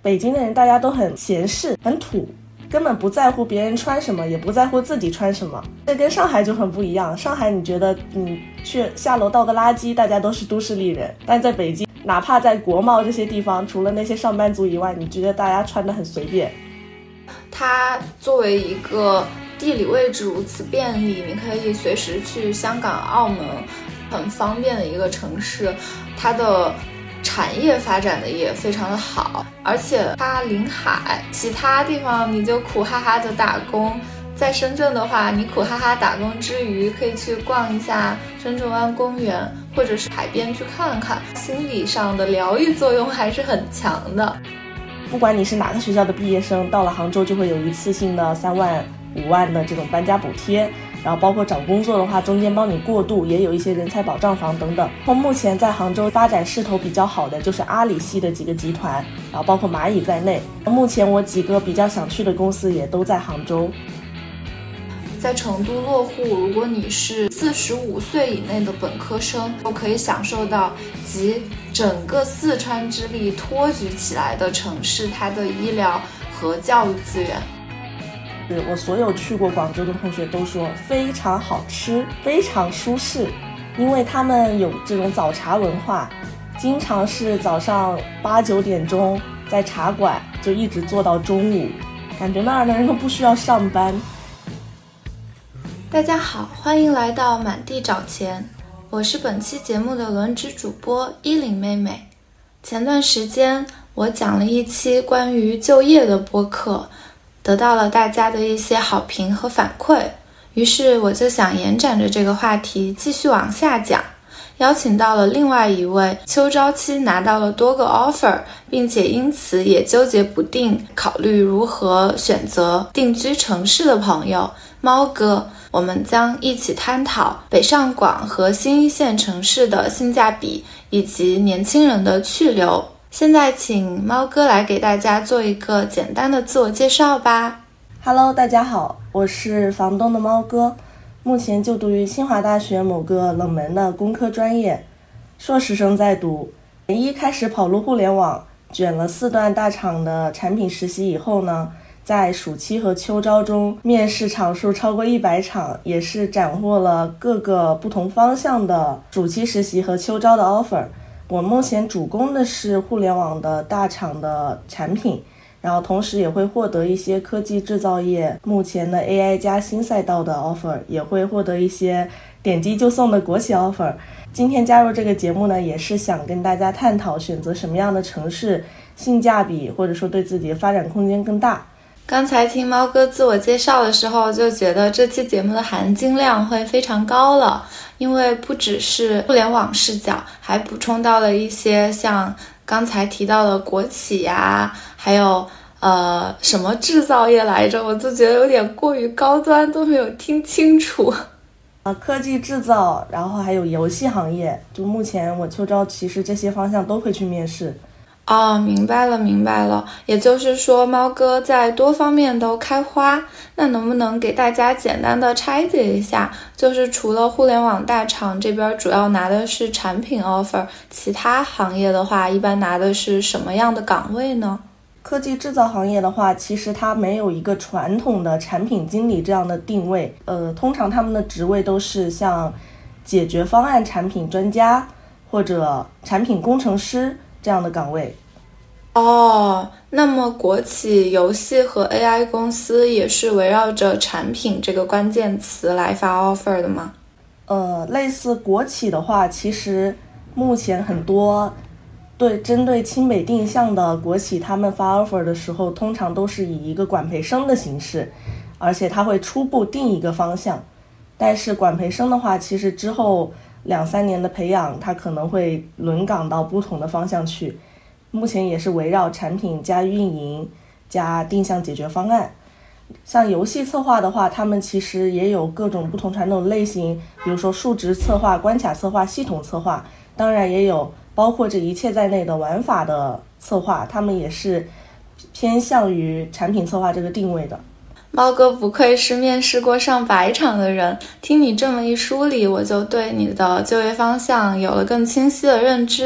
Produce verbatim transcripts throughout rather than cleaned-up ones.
北京的人大家都很闲适很土，根本不在乎别人穿什么，也不在乎自己穿什么。这跟上海就很不一样，上海你觉得你去下楼倒个垃圾大家都是都市丽人，但在北京哪怕在国贸这些地方，除了那些上班族以外，你觉得大家穿得很随便。 它作为一个地理位置如此便利，你可以随时去香港澳门很方便的一个城市，它的产业发展的也非常的好，而且它临海，其他地方你就苦哈哈的打工，在深圳的话，你苦哈哈打工之余可以去逛一下深圳湾公园，或者是海边去看看，心理上的疗愈作用还是很强的。 不管你是哪个学校的毕业生，到了杭州就会有一次性的三万五万的这种搬家补贴，然后包括找工作的话中间帮你过渡，也有一些人才保障房等等。从目前在杭州发展势头比较好的就是阿里系的几个集团，然后包括蚂蚁在内，目前我几个比较想去的公司也都在杭州。 在成都落户，如果你是四十五岁以内的本科生，都可以享受到集整个四川之力托举起来的城市它的医疗和教育资源。 我所有去过广州的同学都说非常好吃，非常舒适，因为他们有这种早茶文化，经常是早上八九点钟在茶馆就一直做到中午，感觉那儿的人都不需要上班。 大家好，欢迎来到满地找钱，我是本期节目的轮值主播依林妹妹。前段时间我讲了一期关于就业的播客，得到了大家的一些好评和反馈，于是我就想延展着这个话题继续往下讲，邀请到了另外一位秋招期拿到了多个 offer， 并且因此也纠结不定考虑如何选择定居城市的朋友猫哥。我们将一起探讨北上广和新一线城市的性价比以及年轻人的去留。现在请猫哥来给大家做一个简单的自我介绍吧。 Hello， 大家好，我是房东的猫哥，目前就读于清华大学某个冷门的工科专业，硕士生在读。一开始跑路互联网，卷了四段大厂的产品实习以后呢，在暑期和秋招中面试场数超过一百场，也是斩获了各个不同方向的暑期实习和秋招的 offer。 我目前主攻的是互联网的大厂的产品，然后同时也会获得一些科技制造业目前的 A I 加新赛道的 offer， 也会获得一些点击就送的国企 offer。 今天加入这个节目呢，也是想跟大家探讨选择什么样的城市性价比或者说对自己的发展空间更大。 刚才听猫哥自我介绍的时候，就觉得这期节目的含金量会非常高了，因为不只是互联网视角，还补充到了一些像刚才提到的国企呀，还有呃什么制造业来着，我就觉得有点过于高端，都没有听清楚。 呃，科技制造，然后还有游戏行业，就目前我秋招其实这些方向都会去面试。 哦，明白了明白了，也就是说猫哥在多方面都开花。那能不能给大家简单的拆解一下，就是除了互联网大厂这边主要拿的是产品 offer， 其他行业的话一般拿的是什么样的岗位呢？ 科技制造行业的话，其实它没有一个传统的产品经理这样的定位，呃，通常他们的职位都是像解决方案产品专家或者产品工程师这样的岗位。 哦，那么国企、游戏和 A I 公司也是围绕着产品这个关键词来发 offer 的吗？ 呃，类似国企的话，其实目前很多对针对清北定向的国企，他们发 offer 的时候，通常都是以一个管培生的形式，而且他会初步定一个方向。但是管培生的话，其实之后两三年的培养，他可能会轮岗到不同的方向去。目前也是围绕产品加运营加定向解决方案。像游戏策划的话，他们其实也有各种不同传统类型，比如说数值策划、关卡策划、系统策划，当然也有包括这一切在内的玩法的策划，他们也是偏向于产品策划这个定位的。 猫哥不愧是面试过上百场的人，听你这么一梳理，我就对你的就业方向有了更清晰的认知。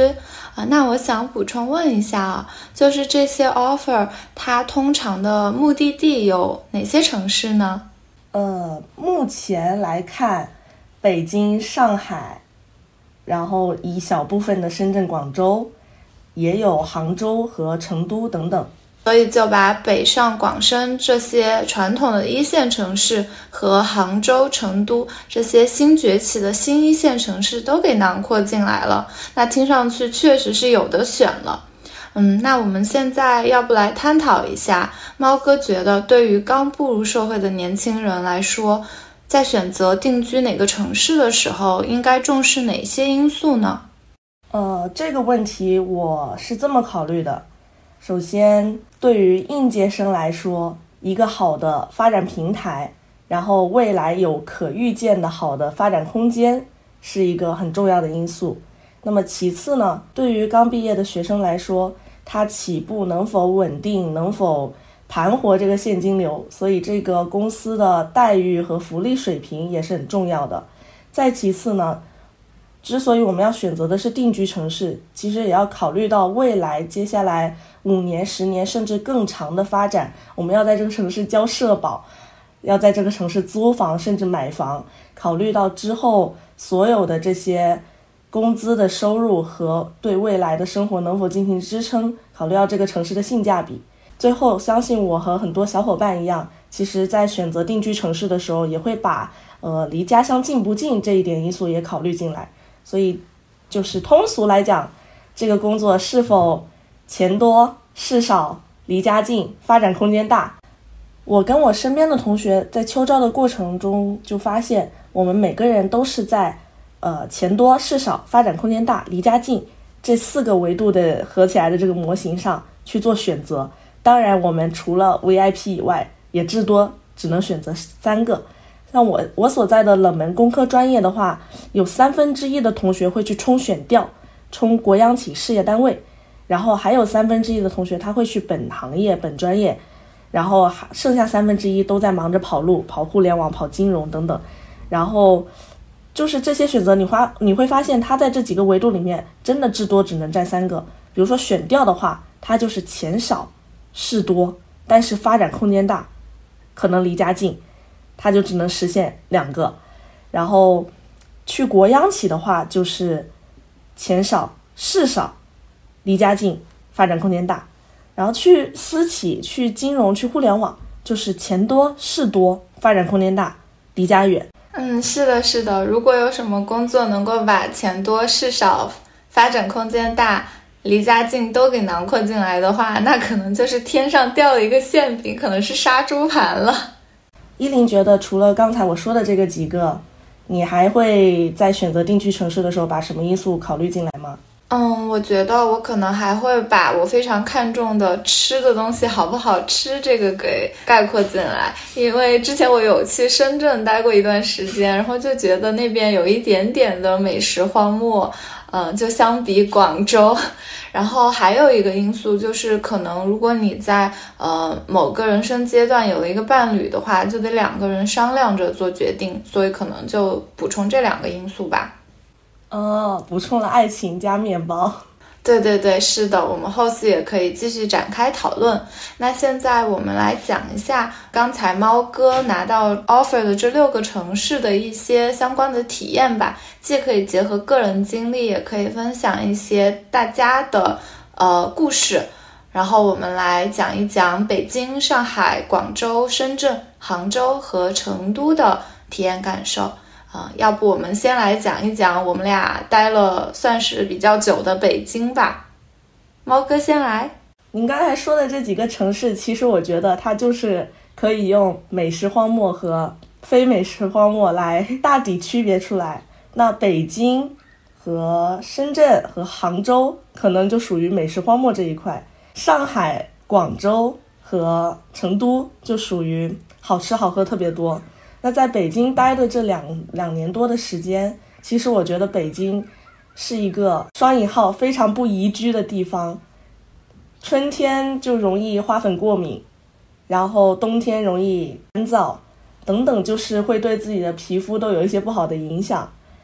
啊，那我想补充问一下啊，就是这些 offer 它通常的目的地有哪些城市呢？ 呃，目前来看，北京、上海，然后一小部分的深圳、广州，也有杭州和成都等等。 所以就把北上广深这些传统的一线城市和杭州、成都这些新崛起的新一线城市都给囊括进来了。那听上去确实是有的选了。嗯，那我们现在要不来探讨一下，猫哥觉得对于刚步入社会的年轻人来说，在选择定居哪个城市的时候，应该重视哪些因素呢？ 呃，这个问题我是这么考虑的。首先，对于应届生来说，一个好的发展平台，然后未来有可预见的好的发展空间，是一个很重要的因素。那么其次呢，对于刚毕业的学生来说，他起步能否稳定，能否盘活这个现金流，所以这个公司的待遇和福利水平也是很重要的。再其次呢，之所以我们要选择的是定居城市，其实也要考虑到未来接下来五年、十年甚至更长的发展，我们要在这个城市交社保，要在这个城市租房甚至买房，考虑到之后所有的这些工资的收入和对未来的生活能否进行支撑，考虑到这个城市的性价比。最后，相信我和很多小伙伴一样，其实在选择定居城市的时候，也会把呃离家乡近不近这一点因素也考虑进来。所以就是通俗来讲，这个工作是否钱多事少离家近发展空间大。我跟我身边的同学在秋招的过程中就发现，我们每个人都是在呃钱多事少发展空间大离家近这四个维度的合起来的这个模型上去做选择。当然我们除了 V I P 以外，也至多只能选择三个。像我我所在的冷门工科专业的话，有三分之一的同学会去冲选调，冲国央企事业单位，然后还有三分之一的同学他会去本行业本专业，然后剩下三分之一都在忙着跑路，跑互联网，跑金融等等。然后就是这些选择，你花你会发现他在这几个维度里面真的至多只能占三个。比如说选调的话，它就是钱少事多，但是发展空间大，可能离家近，它就只能实现两个。然后去国央企的话，就是钱少事少离家近发展空间大。然后去私企去金融去互联网，就是钱多事多发展空间大离家远。 嗯，是的是的，如果有什么工作能够把钱多事少发展空间大离家近都给囊括进来的话，那可能就是天上掉了一个馅饼，可能是杀猪盘了。 依林觉得除了刚才我说的这个几个，你还会在选择定居城市的时候把什么因素考虑进来吗？ 嗯，我觉得我可能还会把我非常看重的吃的东西好不好吃这个给概括进来。因为之前我有去深圳待过一段时间，然后就觉得那边有一点点的美食荒漠，嗯，就相比广州。然后还有一个因素就是可能如果你在呃某个人生阶段有了一个伴侣的话，就得两个人商量着做决定，所以可能就补充这两个因素吧。 哦，补充了爱情加面包。 对对对，是的，我们后续也可以继续展开讨论。那现在我们来讲一下刚才猫哥拿到 offer 的这六个城市的一些相关的体验吧，既可以结合个人经历，也可以分享一些大家的呃故事。然后我们来讲一讲北京、上海、广州、深圳、杭州和成都的体验感受。啊、呃，要不我们先来讲一讲我们俩待了算是比较久的北京吧。猫哥先来。 您刚才说的这几个城市，其实我觉得它就是可以用美食荒漠和非美食荒漠来大体区别出来。那北京和深圳和杭州可能就属于美食荒漠这一块，上海、广州和成都就属于好吃好喝特别多。那在北京待的这两两年多的时间，其实我觉得北京是一个双引号非常不宜居的地方。春天就容易花粉过敏，然后冬天容易干燥等等，就是会对自己的皮肤都有一些不好的影响。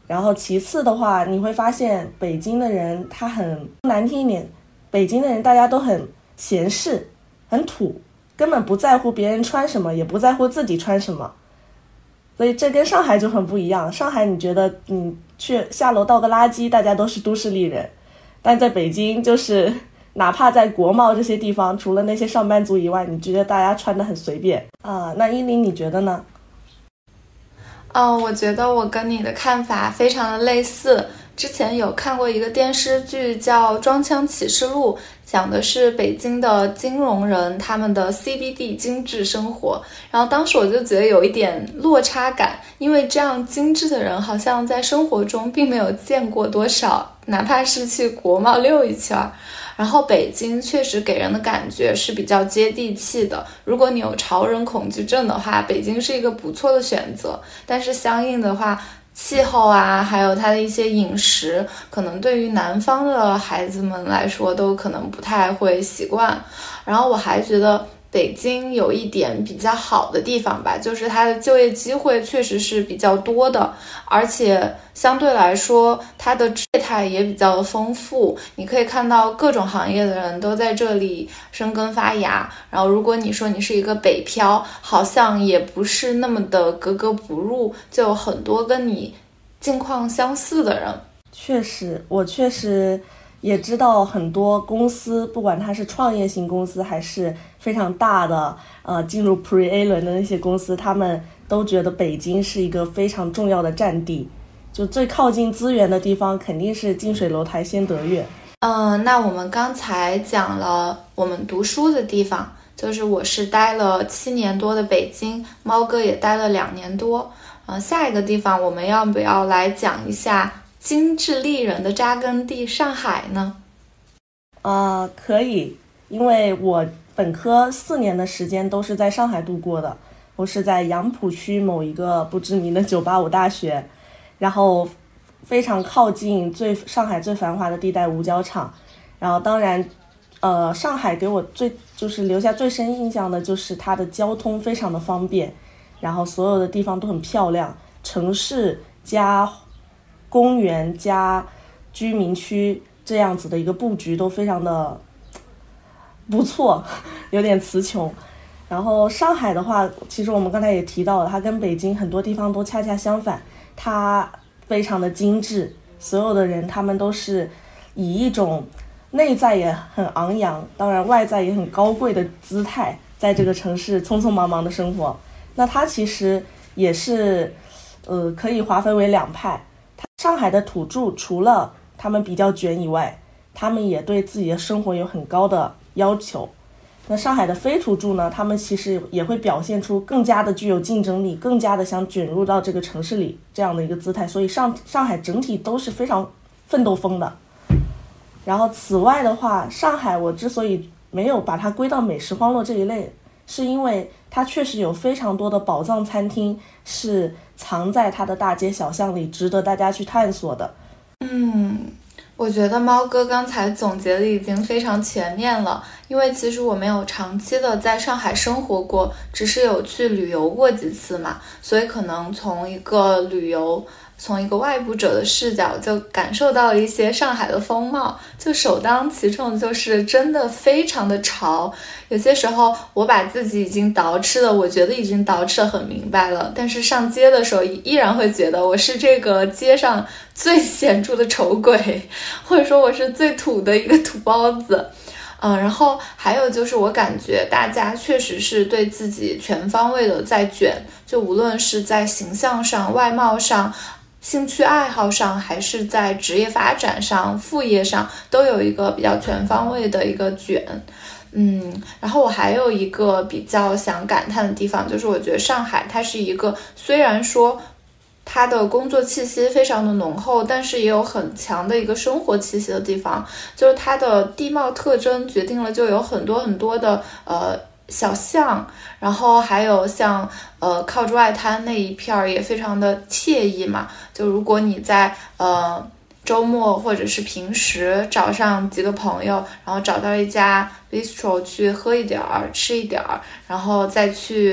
然后其次的话，你会发现北京的人他很难听一点，北京的人大家都很闲适，很土，根本不在乎别人穿什么，也不在乎自己穿什么。所以这跟上海就很不一样。上海你觉得你去下楼倒个垃圾，大家都是都市丽人，但在北京就是哪怕在国贸这些地方，除了那些上班族以外，你觉得大家穿得很随便啊、呃？那依林你觉得呢？ 嗯，我觉得我跟你的看法非常的类似。之前有看过一个电视剧叫《装腔启示录》，讲的是北京的金融人他们的 C B D 精致生活。然后当时我就觉得有一点落差感，因为这样精致的人好像在生活中并没有见过多少，哪怕是去国贸溜一圈。然后北京确实给人的感觉是比较接地气的，如果你有潮人恐惧症的话，北京是一个不错的选择。但是相应的话，气候啊，还有它的一些饮食，可能对于南方的孩子们来说都可能不太会习惯。然后我还觉得北京有一点比较好的地方吧，就是它的就业机会确实是比较多的，而且相对来说它的业态也比较丰富，你可以看到各种行业的人都在这里生根发芽。然后如果你说你是一个北漂，好像也不是那么的格格不入，就有很多跟你境况相似的人。 确实，我确实也知道很多公司，不管它是创业型公司还是非常大的呃进入 Pre-A 轮的那些公司，他们都觉得北京是一个非常重要的战地，就最靠近资源的地方肯定是近水楼台先得月。 嗯、呃，那我们刚才讲了我们读书的地方，就是我是待了七年多的北京，猫哥也待了两年多。呃，下一个地方我们要不要来讲一下精致丽人的扎根地上海呢？ 啊、呃，可以，因为我本科四年的时间都是在上海度过的，我是在杨浦区某一个不知名的九八五大学，然后非常靠近最上海最繁华的地带五角场。然后当然，呃，上海给我最就是留下最深印象的就是它的交通非常的方便，然后所有的地方都很漂亮，城市加公园加居民区这样子的一个布局都非常的不错，有点词穷。然后上海的话，其实我们刚才也提到了，它跟北京很多地方都恰恰相反，它非常的精致，所有的人他们都是以一种内在也很昂扬，当然外在也很高贵的姿态，在这个城市匆匆忙忙的生活。那它其实也是呃可以划分为两派。上海的土著除了他们比较卷以外，他们也对自己的生活有很高的要求。那上海的非土著呢，他们其实也会表现出更加的具有竞争力，更加的想卷入到这个城市里这样的一个姿态，所以上上海整体都是非常奋斗风的。然后此外的话，上海我之所以没有把它归到美食荒漠这一类，是因为它确实有非常多的宝藏餐厅是藏在它的大街小巷里，值得大家去探索的。 嗯，我觉得猫哥刚才总结的已经非常全面了，因为其实我没有长期的在上海生活过，只是有去旅游过几次嘛，所以可能从一个旅游从一个外部者的视角就感受到了一些上海的风貌，就首当其冲就是真的非常的潮。有些时候我把自己已经捯饬的，我觉得已经捯饬得很明白了，但是上街的时候依然会觉得我是这个街上最显著的丑鬼，或者说我是最土的一个土包子。嗯，然后还有就是我感觉大家确实是对自己全方位的在卷，就无论是在形象上、外貌上、兴趣爱好上，还是在职业发展上、副业上，都有一个比较全方位的一个卷。嗯，然后我还有一个比较想感叹的地方，就是我觉得上海它是一个虽然说它的工作气息非常的浓厚，但是也有很强的一个生活气息的地方，就是它的地貌特征决定了就有很多很多的呃小巷，然后还有像呃靠住外滩那一片儿也非常的惬意嘛，就如果你在呃周末或者是平时找上几个朋友，然后找到一家 bistro 去喝一点儿吃一点儿，然后再去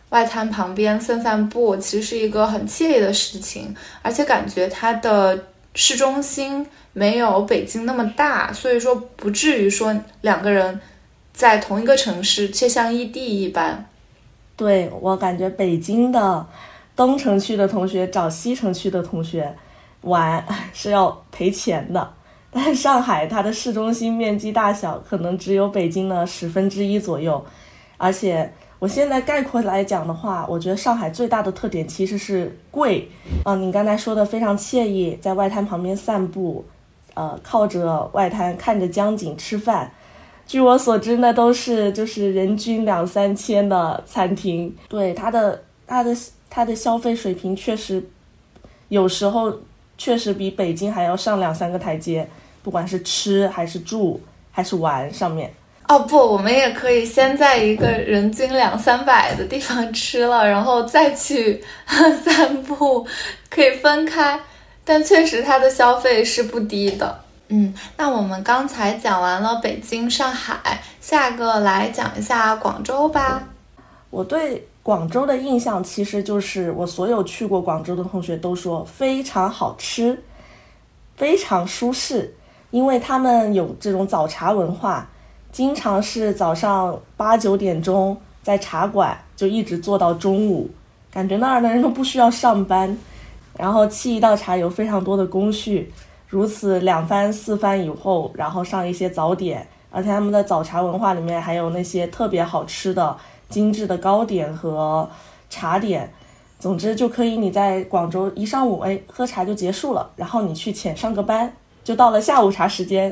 外滩旁边散散步，其实是一个很惬意的事情，而且感觉它的市中心没有北京那么大，所以说不至于说两个人在同一个城市却像异地一般。 对，我感觉北京的东城区的同学找西城区的同学玩是要赔钱的，但是上海它的市中心面积大小可能只有北京的十分之一左右，而且我现在概括来讲的话，我觉得上海最大的特点其实是贵。嗯、呃，你刚才说的非常惬意，在外滩旁边散步，呃，靠着外滩看着江景吃饭。据我所知呢，都是就是人均两三千的餐厅。对，它的它的它的消费水平确实有时候确实比北京还要上两三个台阶，不管是吃还是住还是玩上面。 哦不，我们也可以先在一个人均两三百的地方吃了，然后再去散步，可以分开。但确实它的消费是不低的。嗯，那我们刚才讲完了北京、上海，下个来讲一下广州吧。 我对广州的印象其实就是我所有去过广州的同学都说非常好吃，非常舒适，因为他们有这种早茶文化，经常是早上八九点钟在茶馆就一直做到中午，感觉那儿的人都不需要上班，然后沏一道茶有非常多的工序，如此两番四番以后，然后上一些早点，而且他们的早茶文化里面还有那些特别好吃的精致的糕点和茶点。总之就可以你在广州一上午哎喝茶就结束了，然后你去浅上个班，就到了下午茶时间。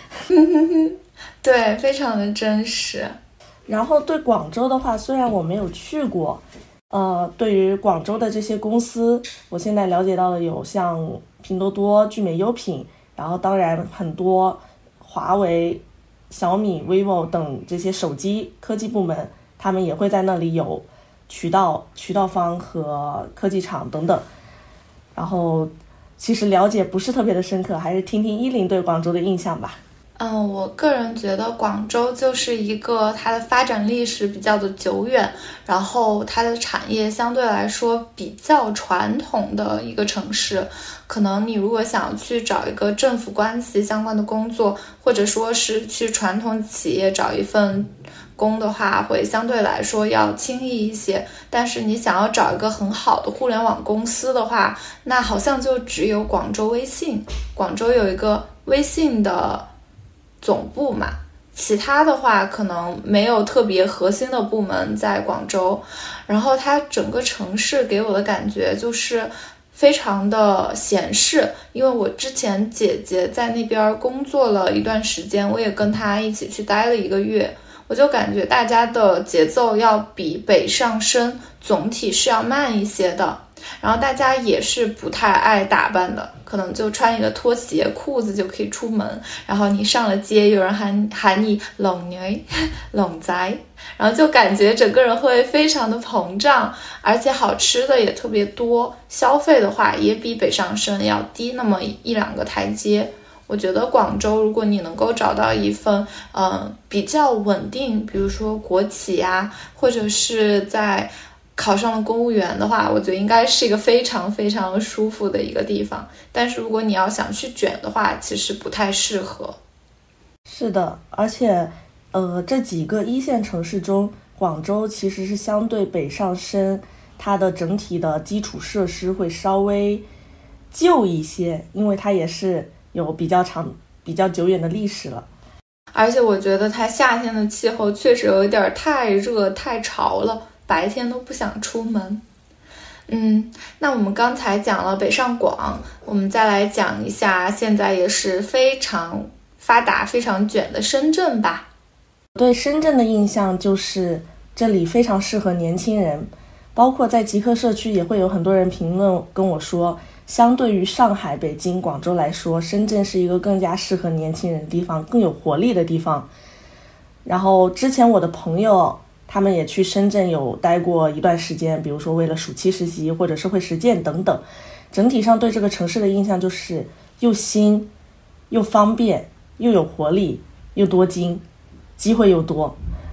对，非常的真实。 然后对广州的话，虽然我没有去过，呃，对于广州的这些公司，我现在了解到的有像拼多多、聚美优品，然后当然很多华为、小米、vivo 等这些手机科技部门，他们也会在那里有渠道、渠道方和科技厂等等。然后其实了解不是特别的深刻，还是听听依林对广州的印象吧。 嗯，我个人觉得广州就是一个它的发展历史比较的久远，然后它的产业相对来说比较传统的一个城市。可能你如果想去找一个政府关系相关的工作，或者说是去传统企业找一份工的话，会相对来说要轻易一些。但是你想要找一个很好的互联网公司的话，那好像就只有广州微信。广州有一个微信的总部嘛，其他的话可能没有特别核心的部门在广州。然后它整个城市给我的感觉就是非常的闲适，因为我之前姐姐在那边工作了一段时间，我也跟她一起去待了一个月，我就感觉大家的节奏要比北上深总体是要慢一些的，然后大家也是不太爱打扮的，可能就穿一个拖鞋裤子就可以出门，然后你上了街有人喊喊你靓女靓仔，然后就感觉整个人会非常的膨胀，而且好吃的也特别多，消费的话也比北上深要低那么一两个台阶。我觉得广州如果你能够找到一份嗯比较稳定，比如说国企呀，或者是在考上了公务员的话，我觉得应该是一个非常非常舒服的一个地方。但是如果你要想去卷的话，其实不太适合。 是的，而且呃，这几个一线城市中，广州其实是相对北上深，它的整体的基础设施会稍微旧一些，因为它也是有比较长、比较久远的历史了。 而且我觉得它夏天的气候确实有一点太热、太潮了，白天都不想出门。嗯，那我们刚才讲了北上广，我们再来讲一下现在也是非常发达、非常卷的深圳吧。 对深圳的印象就是这里非常适合年轻人，包括在极客社区也会有很多人评论跟我说，相对于上海、北京、广州来说，深圳是一个更加适合年轻人的地方，更有活力的地方。然后之前我的朋友他们也去深圳有待过一段时间，比如说为了暑期实习或者社会实践等等，整体上对这个城市的印象就是又新又方便又有活力又多金，机会又多。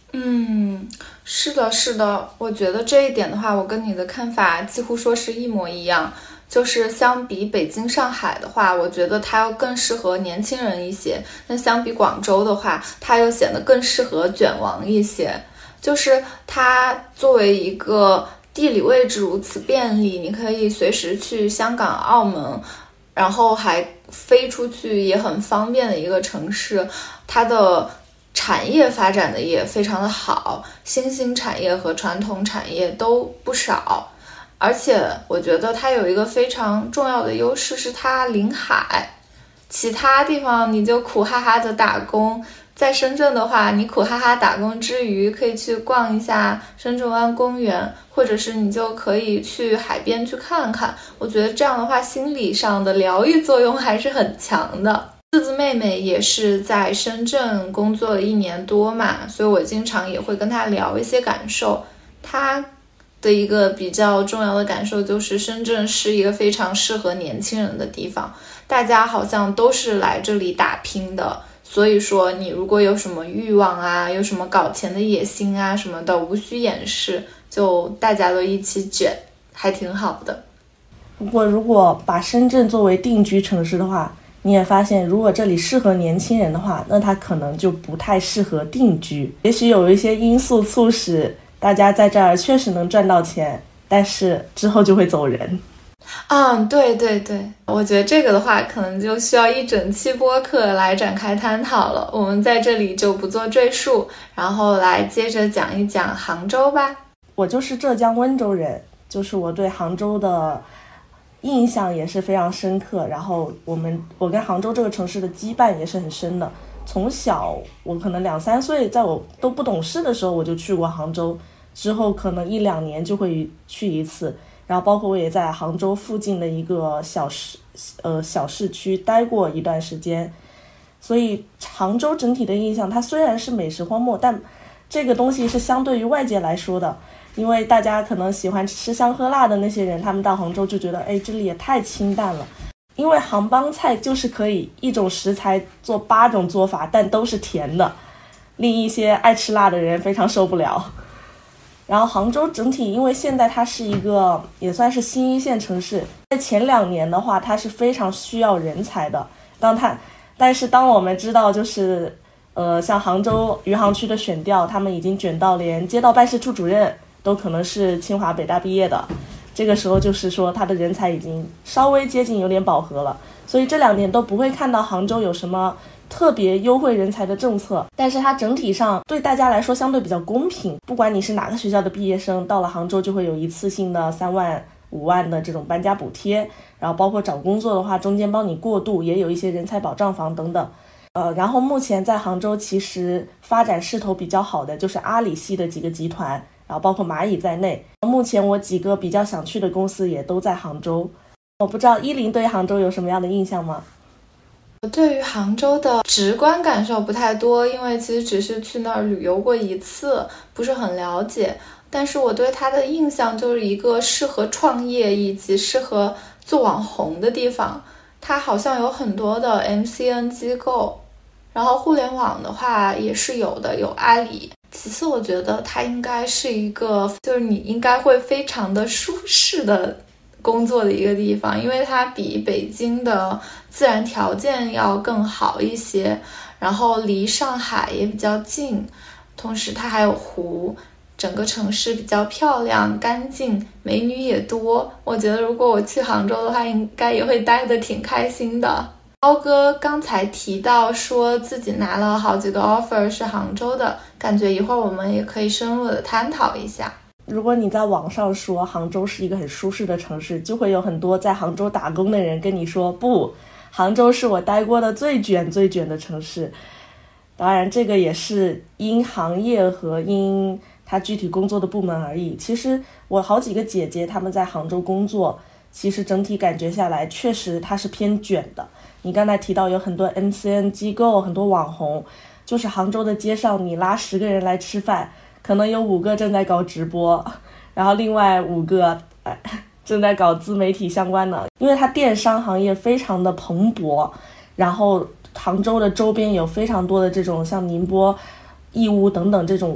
嗯，是的，是的，我觉得这一点的话，我跟你的看法几乎说是一模一样。就是相比北京、上海的话，我觉得它要更适合年轻人一些。那相比广州的话，它又显得更适合卷王一些。就是它作为一个地理位置如此便利，你可以随时去香港、澳门，然后还飞出去也很方便的一个城市，它的产业发展的也非常的好，新兴产业和传统产业都不少。而且我觉得它有一个非常重要的优势，是它临海。其他地方你就苦哈哈的打工，在深圳的话，你苦哈哈打工之余可以去逛一下深圳湾公园，或者是你就可以去海边去看看。我觉得这样的话，心理上的疗愈作用还是很强的。四字妹妹也是在深圳工作了一年多嘛，所以我经常也会跟她聊一些感受。她的一个比较重要的感受就是深圳是一个非常适合年轻人的地方，大家好像都是来这里打拼的，所以说你如果有什么欲望啊，有什么搞钱的野心啊什么的，无需掩饰，就大家都一起卷，还挺好的。 不过如果把深圳作为定居城市的话，你也发现如果这里适合年轻人的话，那它可能就不太适合定居。也许有一些因素促使大家在这儿确实能赚到钱，但是之后就会走人。 嗯，对对对，我觉得这个的话可能就需要一整期播客来展开探讨了，我们在这里就不做赘述，然后来接着讲一讲杭州吧。 我就是浙江温州人，就是我对杭州的印象也是非常深刻，然后我们我跟杭州这个城市的羁绊也是很深的。从小我可能两三岁，在我都不懂事的时候我就去过杭州，之后可能一两年就会去一次，然后包括我也在杭州附近的一个小市呃小市区待过一段时间，所以杭州整体的印象，它虽然是美食荒漠，但这个东西是相对于外界来说的，因为大家可能喜欢吃香喝辣的那些人，他们到杭州就觉得，哎，这里也太清淡了。因为杭帮菜就是可以一种食材做八种做法，但都是甜的，令一些爱吃辣的人非常受不了。然后杭州整体，因为现在它是一个也算是新一线城市，在前两年的话，它是非常需要人才的。当它，但是当我们知道，就是呃，像杭州余杭区的选调，他们已经卷到连街道办事处主任都可能是清华北大毕业的。这个时候就是说他的人才已经稍微接近有点饱和了，所以这两年都不会看到杭州有什么特别优惠人才的政策，但是它整体上对大家来说相对比较公平，不管你是哪个学校的毕业生，到了杭州就会有一次性的三万五万的这种搬家补贴，然后包括找工作的话中间帮你过渡，也有一些人才保障房等等。呃，然后目前在杭州其实发展势头比较好的就是阿里系的几个集团，然后包括蚂蚁在内，目前我几个比较想去的公司也都在杭州。我不知道依林对杭州有什么样的印象吗？ 我对于杭州的直观感受不太多，因为其实只是去那儿旅游过一次，不是很了解。但是我对它的印象就是一个适合创业以及适合做网红的地方。它好像有很多的 M C N 机构，然后互联网的话也是有的，有阿里。其次我觉得它应该是一个就是你应该会非常的舒适的工作的一个地方，因为它比北京的自然条件要更好一些，然后离上海也比较近，同时它还有湖，整个城市比较漂亮干净，美女也多。我觉得如果我去杭州的话，应该也会待得挺开心的。高哥刚才提到说自己拿了好几个 offer 是杭州的，感觉一会儿我们也可以深入的探讨一下。 如果你在网上说杭州是一个很舒适的城市，就会有很多在杭州打工的人跟你说，不，杭州是我待过的最卷最卷的城市。当然这个也是因行业和因他具体工作的部门而已。其实我好几个姐姐她们在杭州工作，其实整体感觉下来确实它是偏卷的。你刚才提到有很多 M C N 机构，很多网红，就是杭州的街上你拉十个人来吃饭，可能有五个正在搞直播，然后另外五个、哎、正在搞自媒体相关的。因为它电商行业非常的蓬勃，然后杭州的周边有非常多的这种像宁波、义乌等等这种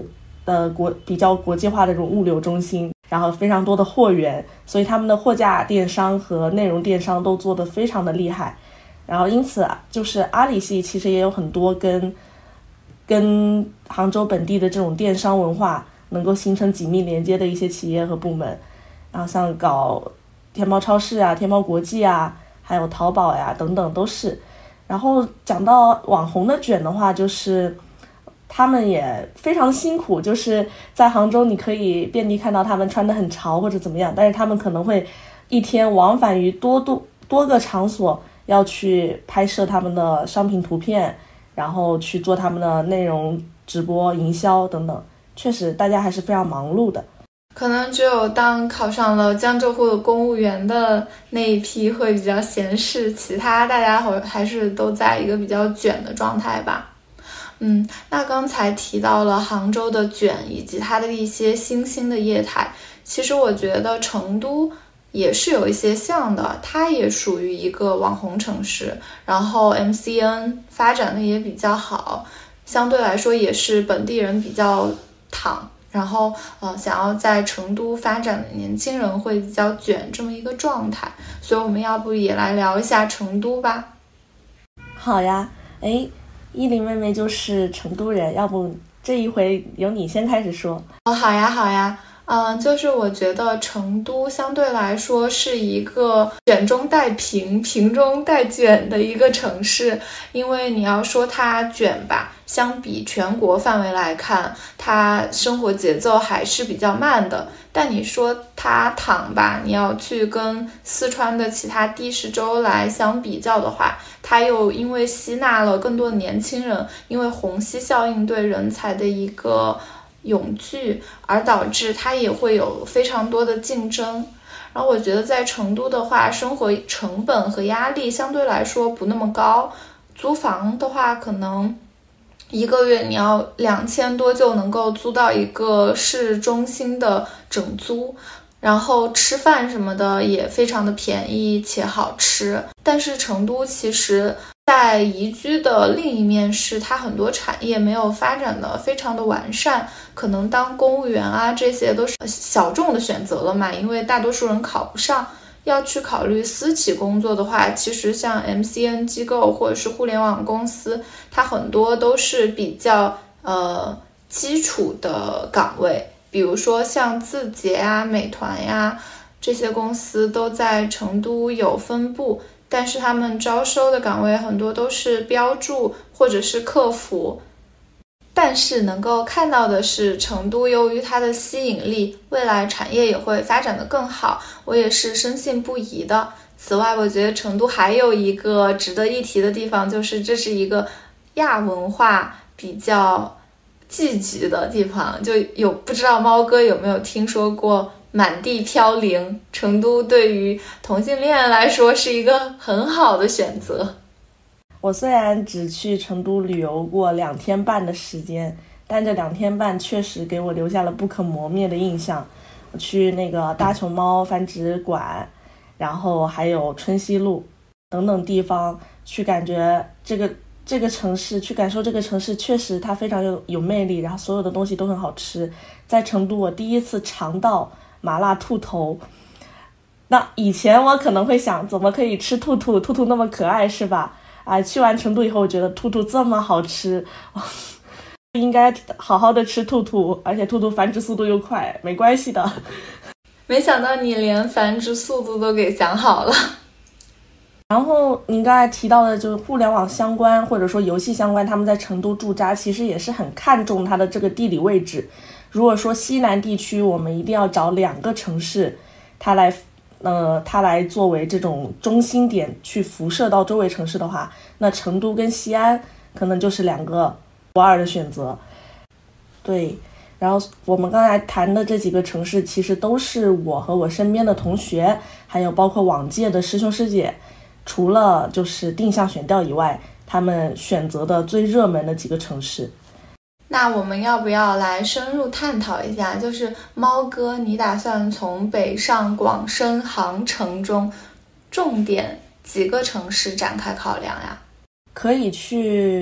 的国比较国际化的这种物流中心，然后非常多的货源，所以他们的货架电商和内容电商都做得非常的厉害。然后因此就是阿里系其实也有很多跟跟杭州本地的这种电商文化能够形成紧密连接的一些企业和部门，然后像搞天猫超市啊、天猫国际啊，还有淘宝呀等等都是。然后讲到网红的卷的话，就是他们也非常辛苦，就是在杭州你可以遍地看到他们穿得很潮或者怎么样，但是他们可能会一天往返于多多多个场所，要去拍摄他们的商品图片，然后去做他们的内容直播营销等等，确实大家还是非常忙碌的。 可能只有当考上了江浙沪的公务员的那一批会比较闲适，其他大家还是都在一个比较卷的状态吧。嗯，那刚才提到了杭州的卷以及它的一些新兴的业态，其实我觉得成都也是有一些像的，它也属于一个网红城市，然后 M C N 发展的也比较好，相对来说也是本地人比较躺，然后呃，想要在成都发展的年轻人会比较卷这么一个状态，所以我们要不也来聊一下成都吧？ 好呀，哎，依林妹妹就是成都人，要不这一回由你先开始说。 哦，好呀好呀，嗯，就是我觉得成都相对来说是一个卷中带平、平中带卷的一个城市，因为你要说它卷吧，相比全国范围来看，它生活节奏还是比较慢的。但你说它躺吧，你要去跟四川的其他地市州来相比较的话，它又因为吸纳了更多的年轻人，因为虹吸效应对人才的一个涌聚，而导致它也会有非常多的竞争。然后我觉得在成都的话，生活成本和压力相对来说不那么高，租房的话可能一个月你要两千多就能够租到一个市中心的整租，然后吃饭什么的也非常的便宜且好吃。但是成都其实在宜居的另一面是它很多产业没有发展的非常的完善，可能当公务员啊这些都是小众的选择了嘛，因为大多数人考不上。要去考虑私企工作的话，其实像 M C N 机构或者是互联网公司，它很多都是比较呃基础的岗位，比如说像字节啊、美团呀这些公司都在成都有分部，但是他们招收的岗位很多都是标注或者是客服。但是能够看到的是，成都由于它的吸引力，未来产业也会发展得更好，我也是深信不疑的。此外，我觉得成都还有一个值得一提的地方，就是这是一个亚文化比较聚集的地方，就有不知道猫哥有没有听说过满地飘零，成都对于同性恋来说是一个很好的选择。 我虽然只去成都旅游过两天半的时间，但这两天半确实给我留下了不可磨灭的印象。我去那个大熊猫繁殖馆，然后还有春熙路等等地方，去感觉这个这个城市，去感受这个城市，确实它非常有有魅力，然后所有的东西都很好吃。在成都，我第一次尝到麻辣兔头。那以前我可能会想，怎么可以吃兔兔？兔兔那么可爱，是吧？啊，去完成都以后，我觉得兔兔这么好吃，应该好好的吃兔兔，而且兔兔繁殖速度又快，没关系的。 没想到你连繁殖速度都给想好了。 然后您刚才提到的就是互联网相关或者说游戏相关，他们在成都驻扎其实也是很看重它的这个地理位置。如果说西南地区我们一定要找两个城市，它来呃，它来作为这种中心点去辐射到周围城市的话，那成都跟西安可能就是两个不二的选择。对，然后我们刚才谈的这几个城市其实都是我和我身边的同学，还有包括往届的师兄师姐，除了就是定向选调以外，他们选择的最热门的几个城市。 那我们要不要来深入探讨一下，就是猫哥你打算从北上广深杭城中重点几个城市展开考量呀？ 可以去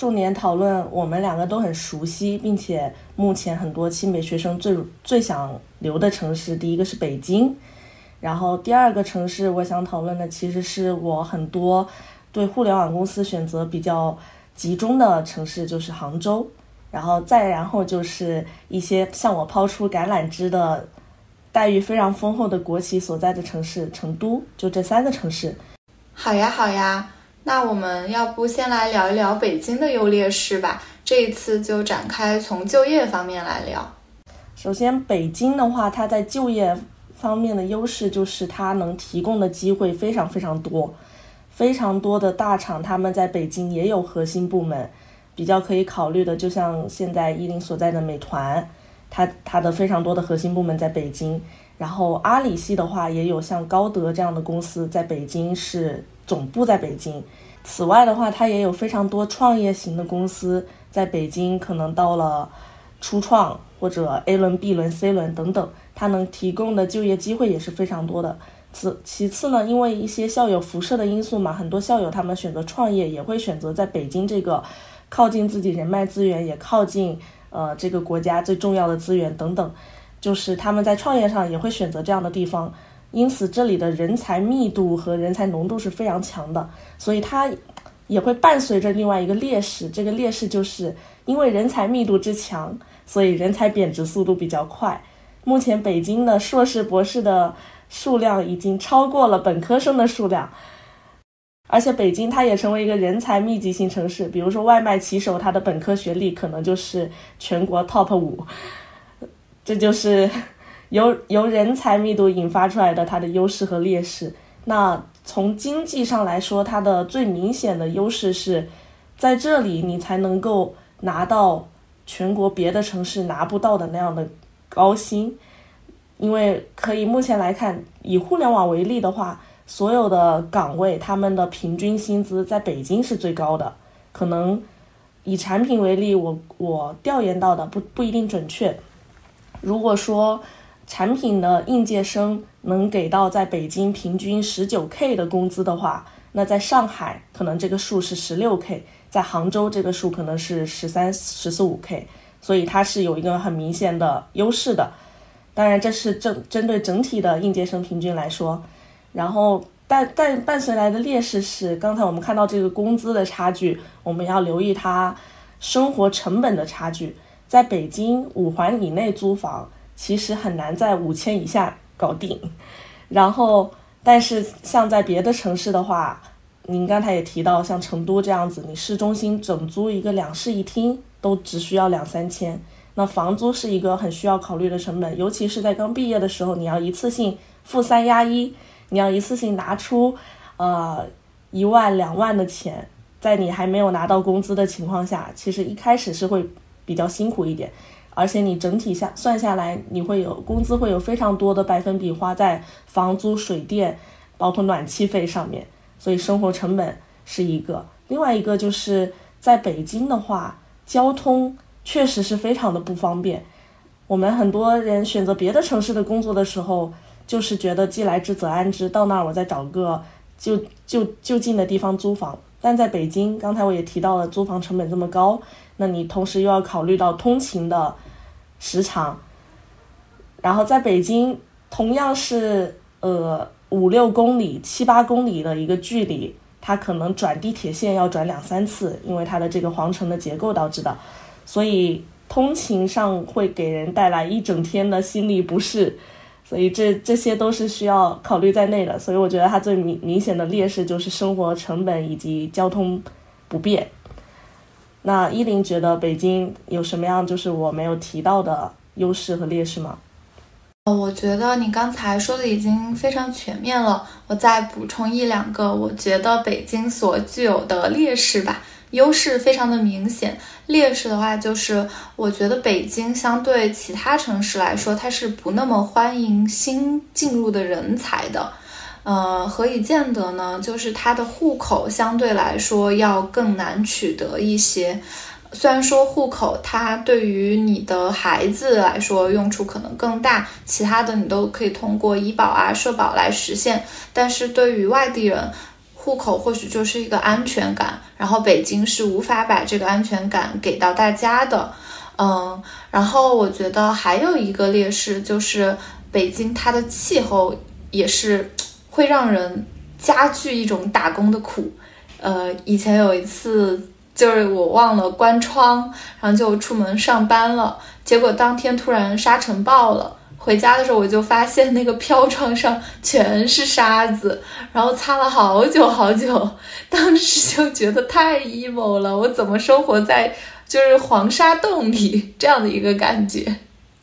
重点讨论我们两个都很熟悉，并且目前很多清北学生最最想留的城市，第一个是北京，然后第二个城市我想讨论的其实是我很多对互联网公司选择比较集中的城市，就是杭州，然后再然后就是一些向我抛出橄榄枝的待遇非常丰厚的国企所在的城市成都，就这三个城市。 好呀好呀，那我们要不先来聊一聊北京的优劣势吧，这一次就展开从就业方面来聊。 首先北京的话，它在就业方面的优势就是它能提供的机会非常非常多，非常多的大厂他们在北京也有核心部门，比较可以考虑的就像现在一零所在的美团，它它的非常多的核心部门在北京，然后阿里系的话也有像高德这样的公司在北京，是总部在北京。此外的话，它也有非常多创业型的公司在北京，可能到了初创或者 A 轮 B 轮 C 轮等等，它能提供的就业机会也是非常多的。此其次呢，因为一些校友辐射的因素嘛，很多校友他们选择创业也会选择在北京这个靠近自己人脉资源，也靠近呃这个国家最重要的资源等等，就是他们在创业上也会选择这样的地方，因此这里的人才密度和人才浓度是非常强的，所以它也会伴随着另外一个劣势，这个劣势就是因为人才密度之强，所以人才贬值速度比较快。目前北京的硕士博士的数量已经超过了本科生的数量，而且北京它也成为一个人才密集型城市，比如说外卖骑手他的本科学历可能就是全国 top 五，这就是由由人才密度引发出来的它的优势和劣势。那从经济上来说，它的最明显的优势是在这里你才能够拿到全国别的城市拿不到的那样的高薪，因为可以目前来看，以互联网为例的话，所有的岗位他们的平均薪资在北京是最高的，可能以产品为例，我我调研到的不不一定准确，如果说产品的应届生能给到在北京平均 十九K 的工资的话，那在上海可能这个数是 十六K， 在杭州这个数可能是十三、十四五K， 所以它是有一个很明显的优势的。当然这是针针对整体的应届生平均来说，然后但但伴随来的劣势是，刚才我们看到这个工资的差距，我们要留意它生活成本的差距。在北京五环以内租房其实很难在五千以下搞定，然后但是像在别的城市的话，您刚才也提到像成都这样子，你市中心整租一个两室一厅都只需要两三千，那房租是一个很需要考虑的成本，尤其是在刚毕业的时候，你要一次性负三押一，你要一次性拿出呃一万两万的钱，在你还没有拿到工资的情况下，其实一开始是会比较辛苦一点，而且你整体下算下来，你会有工资会有非常多的百分比花在房租、水电，包括暖气费上面，所以生活成本是一个。另外一个就是在北京的话，交通确实是非常的不方便。我们很多人选择别的城市的工作的时候，就是觉得既来之则安之，到那儿我再找个就就就近的地方租房。但在北京，刚才我也提到了租房成本这么高，那你同时又要考虑到通勤的时长，然后在北京同样是呃五六公里、七八公里的一个距离，它可能转地铁线要转两三次，因为它的这个皇城的结构导致的，所以通勤上会给人带来一整天的心理不适，所以这这些都是需要考虑在内的。所以我觉得它最明明显的劣势就是生活成本以及交通不便。那依林觉得北京有什么样就是我没有提到的优势和劣势吗？ 我觉得你刚才说的已经非常全面了，我再补充一两个我觉得北京所具有的劣势吧。优势非常的明显，劣势的话就是我觉得北京相对其他城市来说，它是不那么欢迎新进入的人才的。呃，何以见得呢？就是它的户口相对来说要更难取得一些。虽然说户口它对于你的孩子来说用处可能更大，其他的你都可以通过医保啊、社保来实现，但是对于外地人， 户口或许就是一个安全感，然后北京是无法把这个安全感给到大家的。嗯，然后我觉得还有一个劣势就是北京它的气候也是会让人加剧一种打工的苦。呃，以前有一次就是我忘了关窗，然后就出门上班了，结果当天突然沙尘暴了，回家的时候我就发现那个飘窗上全是沙子，然后擦了好久好久，当时就觉得太 emo 了，我怎么生活在就是黄沙洞里这样的一个感觉。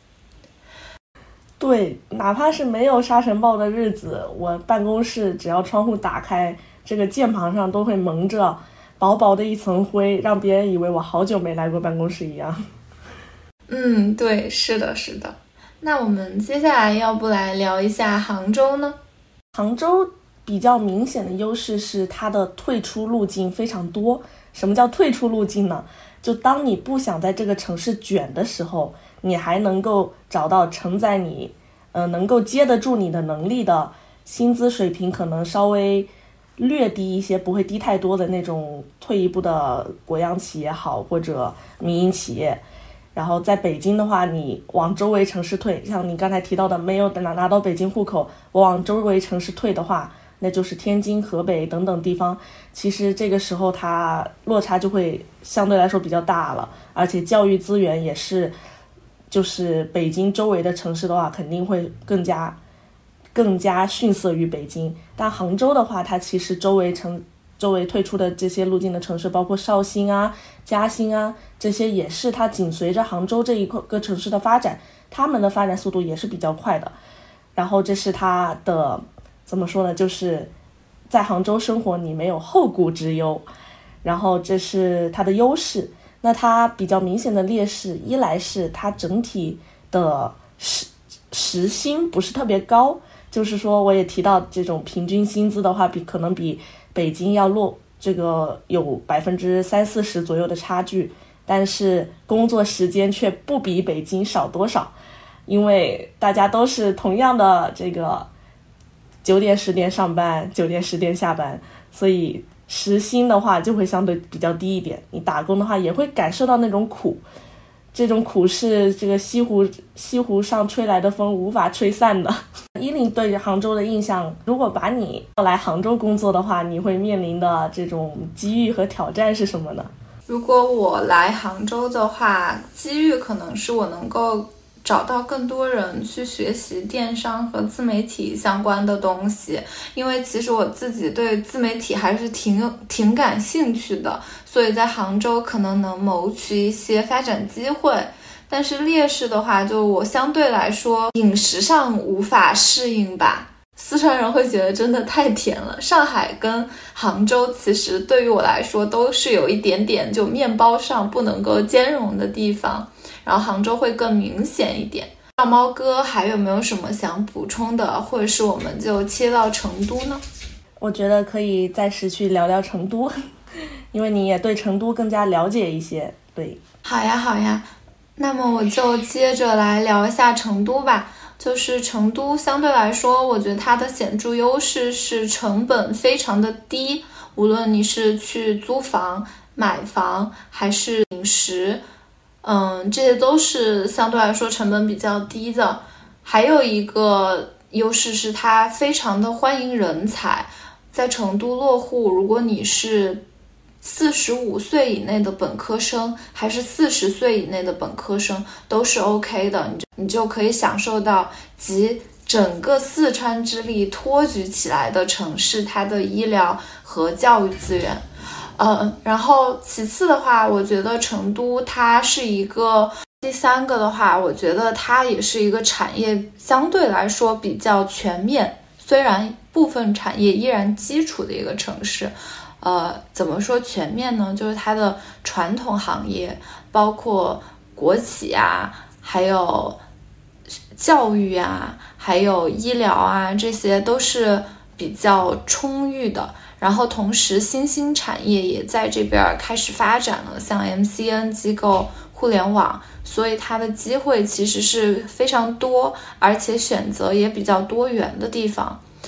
对，哪怕是没有沙尘暴的日子，我办公室只要窗户打开，这个键盘上都会蒙着薄薄的一层灰，让别人以为我好久没来过办公室一样。 嗯，对，是的是的。那我们接下来要不来聊一下杭州呢？ 杭州比较明显的优势是它的退出路径非常多。什么叫退出路径呢？就当你不想在这个城市卷的时候，你还能够找到承载你呃，能够接得住你的能力的，薪资水平可能稍微略低一些，不会低太多的那种退一步的国央企业好，或者民营企业。然后在北京的话，你往周围城市退，像你刚才提到的没有拿拿到北京户口，我往周围城市退的话，那就是天津、河北等等地方，其实这个时候它落差就会相对来说比较大了，而且教育资源也是，就是北京周围的城市的话，肯定会更加更加逊色于北京。但杭州的话，它其实周围城周围退出的这些路径的城市，包括绍兴啊、嘉兴啊，这些也是它紧随着杭州这一个城市的发展，他们的发展速度也是比较快的。然后这是它的怎么说呢，就是在杭州生活你没有后顾之忧，然后这是它的优势。那它比较明显的劣势，一来是它整体的时时薪不是特别高，就是说我也提到这种平均薪资的话，比可能比北京要落这个有百分之三四十左右的差距，但是工作时间却不比北京少多少，因为大家都是同样的这个九点十点上班，九点十点下班，所以时薪的话就会相对比较低一点。你打工的话也会感受到那种苦，这种苦是这个西湖西湖上吹来的风无法吹散的。依琳对杭州的印象，如果把你来杭州工作的话，你会面临的这种机遇和挑战是什么呢？ 如果我来杭州的话，机遇可能是我能够找到更多人去学习电商和自媒体相关的东西，因为其实我自己对自媒体还是挺挺感兴趣的，所以在杭州可能能谋取一些发展机会。但是劣势的话，就我相对来说饮食上无法适应吧，四川人会觉得真的太甜了。上海跟杭州其实对于我来说都是有一点点就面包上不能够兼容的地方，然后杭州会更明显一点。小猫哥还有没有什么想补充的，或者是我们就切到成都呢？ 我觉得可以暂时去聊聊成都，因为你也对成都更加了解一些。对， 好呀好呀，那么我就接着来聊一下成都吧。就是成都相对来说，我觉得它的显著优势是成本非常的低，无论你是去租房、买房还是饮食，嗯，这些都是相对来说成本比较低的。还有一个优势是它非常的欢迎人才，在成都落户，如果你是四十五岁以内的本科生还是四十岁以内的本科生都是 OK 的，你就你就可以享受到集整个四川之力托举起来的城市它的医疗和教育资源。呃，然后其次的话，我觉得成都它是一个，第三个的话，我觉得它也是一个产业相对来说比较全面，虽然部分产业依然基础的一个城市。呃，怎么说全面呢？就是它的传统行业，包括国企啊，还有教育啊，还有医疗啊，这些都是比较充裕的。然后同时新兴产业也在这边开始发展了，像 M C N 机构、互联网，所以它的机会其实是非常多，而且选择也比较多元的地方。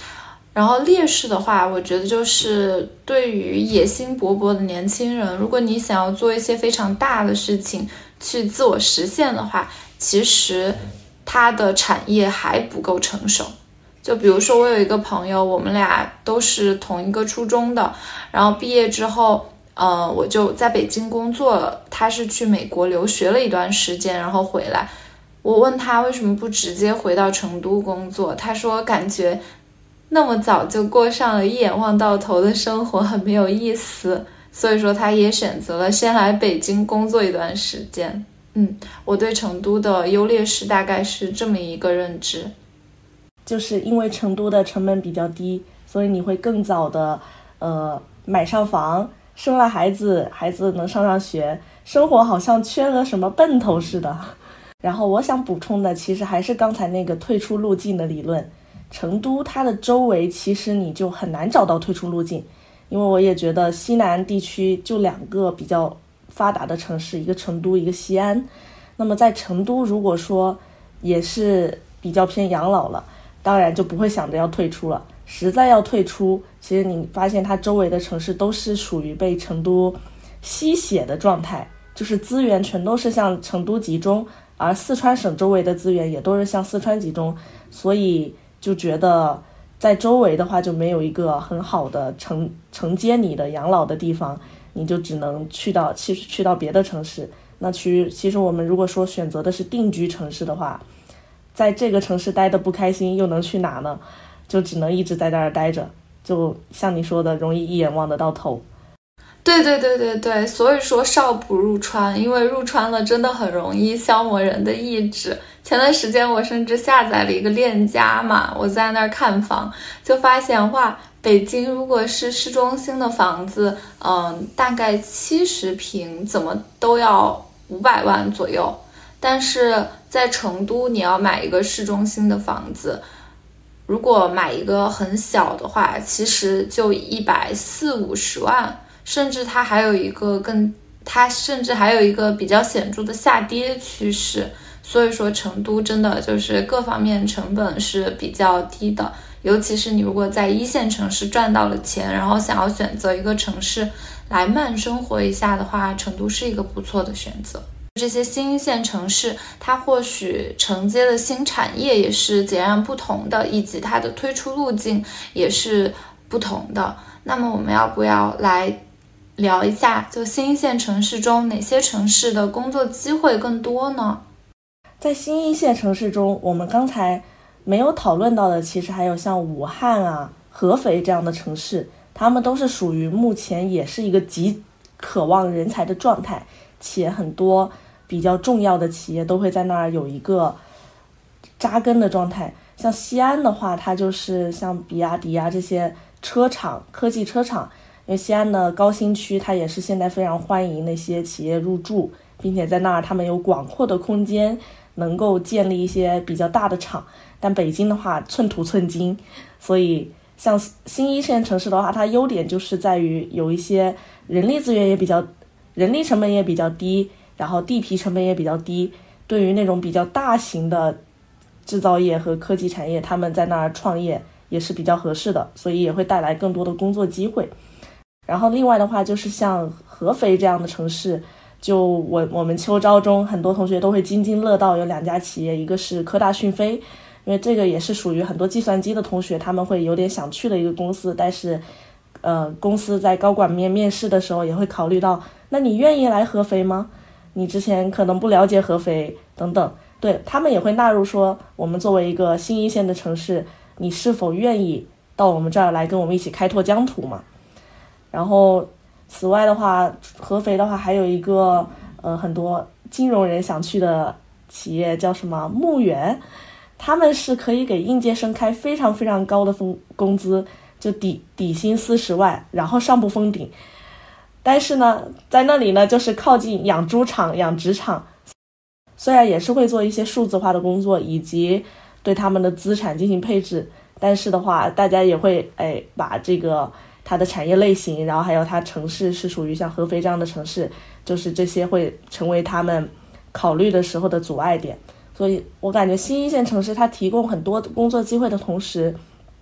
然后劣势的话，我觉得就是对于野心勃勃的年轻人，如果你想要做一些非常大的事情去自我实现的话，其实它的产业还不够成熟。就比如说我有一个朋友，我们俩都是同一个初中的，然后毕业之后呃，我就在北京工作了，他是去美国留学了一段时间，然后回来。我问他为什么不直接回到成都工作，他说感觉那么早就过上了一眼望到头的生活很没有意思，所以说他也选择了先来北京工作一段时间。嗯，我对成都的优劣势大概是这么一个认知。 就是因为成都的成本比较低，所以你会更早的呃买上房，生了孩子，孩子能上上学，生活好像缺了什么奔头似的。然后我想补充的其实还是刚才那个退出路径的理论。成都它的周围其实你就很难找到退出路径，因为我也觉得西南地区就两个比较发达的城市，一个成都，一个西安。那么在成都如果说也是比较偏养老了，当然就不会想着要退出了。实在要退出，其实你发现它周围的城市都是属于被成都吸血的状态，就是资源全都是向成都集中，而四川省周围的资源也都是向四川集中，所以就觉得在周围的话就没有一个很好的承承接你的养老的地方，你就只能去到去去到别的城市。那去其实我们如果说选择的是定居城市的话，在这个城市待得不开心又能去哪呢？就只能一直在这儿待着，就像你说的容易一眼望得到头。 对对对对对，所以说少不入川，因为入川了真的很容易消磨人的意志。前段时间我甚至下载了一个链家嘛，我在那儿看房，就发现哇，北京如果是市中心的房子，嗯，大概七十平怎么都要五百万左右，但是在成都你要买一个市中心的房子，如果买一个很小的话，其实就一百四五十万。甚至它还有一个更，它甚至还有一个比较显著的下跌趋势。所以说成都真的就是各方面成本是比较低的，尤其是你如果在一线城市赚到了钱，然后想要选择一个城市来慢生活一下的话，成都是一个不错的选择。这些新一线城市它或许承接的新产业也是截然不同的，以及它的推出路径也是不同的。那么我们要不要来聊一下，就新一线城市中哪些城市的工作机会更多呢？ 在新一线城市中，我们刚才没有讨论到的，其实还有像武汉啊、合肥这样的城市，他们都是属于目前也是一个极渴望人才的状态，且很多比较重要的企业都会在那儿有一个扎根的状态。像西安的话，它就是像比亚迪啊这些车厂、科技车厂，因为西安的高新区它也是现在非常欢迎那些企业入驻，并且在那儿他们有广阔的空间能够建立一些比较大的厂。但北京的话寸土寸金，所以像新一线城市的话，它优点就是在于有一些人力资源也比较，人力成本也比较低，然后地皮成本也比较低，对于那种比较大型的制造业和科技产业，他们在那儿创业也是比较合适的，所以也会带来更多的工作机会。然后另外的话就是像合肥这样的城市，就我我们秋招中很多同学都会津津乐道，有两家企业，一个是科大讯飞，因为这个也是属于很多计算机的同学他们会有点想去的一个公司，但是呃，公司在高管面面试的时候也会考虑到，那你愿意来合肥吗？你之前可能不了解合肥等等，对，他们也会纳入说，我们作为一个新一线的城市，你是否愿意到我们这儿来跟我们一起开拓疆土嘛？然后此外的话，合肥的话还有一个呃很多金融人想去的企业叫什么牧原，他们是可以给应届生开非常非常高的工工资，就底底薪四十万，然后上不封顶。但是呢，在那里呢就是靠近养猪场、养殖场，虽然也是会做一些数字化的工作以及对他们的资产进行配置，但是的话，大家也会哎把这个它的产业类型，然后还有它城市是属于像合肥这样的城市，就是这些会成为他们考虑的时候的阻碍点。所以我感觉新一线城市它提供很多工作机会的同时，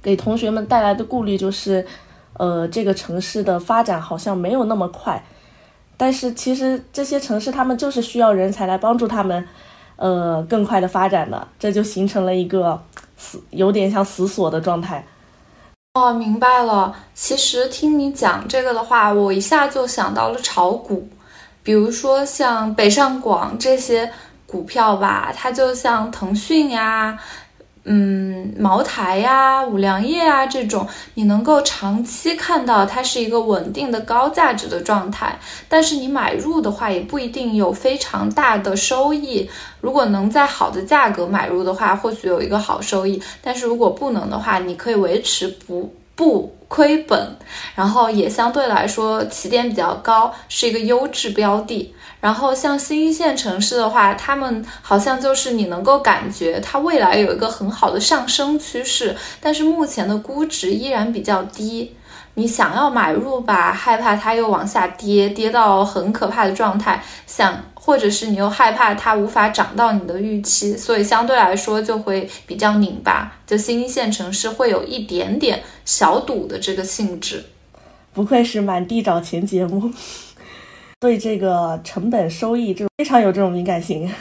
给同学们带来的顾虑就是，呃，这个城市的发展好像没有那么快。但是其实这些城市他们就是需要人才来帮助他们，呃，更快的发展的，这就形成了一个死，有点像死锁的状态。 哦，明白了。其实听你讲这个的话，我一下就想到了炒股，比如说像北上广这些股票吧，它就像腾讯呀。嗯，茅台呀、五粮液啊这种，你能够长期看到它是一个稳定的高价值的状态，但是你买入的话也不一定有非常大的收益。如果能在好的价格买入的话，或许有一个好收益，但是如果不能的话，你可以维持不不亏本，然后也相对来说起点比较高，是一个优质标的。然后像新一线城市的话，他们好像就是你能够感觉它未来有一个很好的上升趋势，但是目前的估值依然比较低。你想要买入吧，害怕它又往下跌，跌到很可怕的状态，想或者是你又害怕它无法涨到你的预期，所以相对来说就会比较拧巴。就新一线城市会有一点点小赌的这个性质。 不愧是满地找钱节目。对这个成本收益这非常有这种敏感性。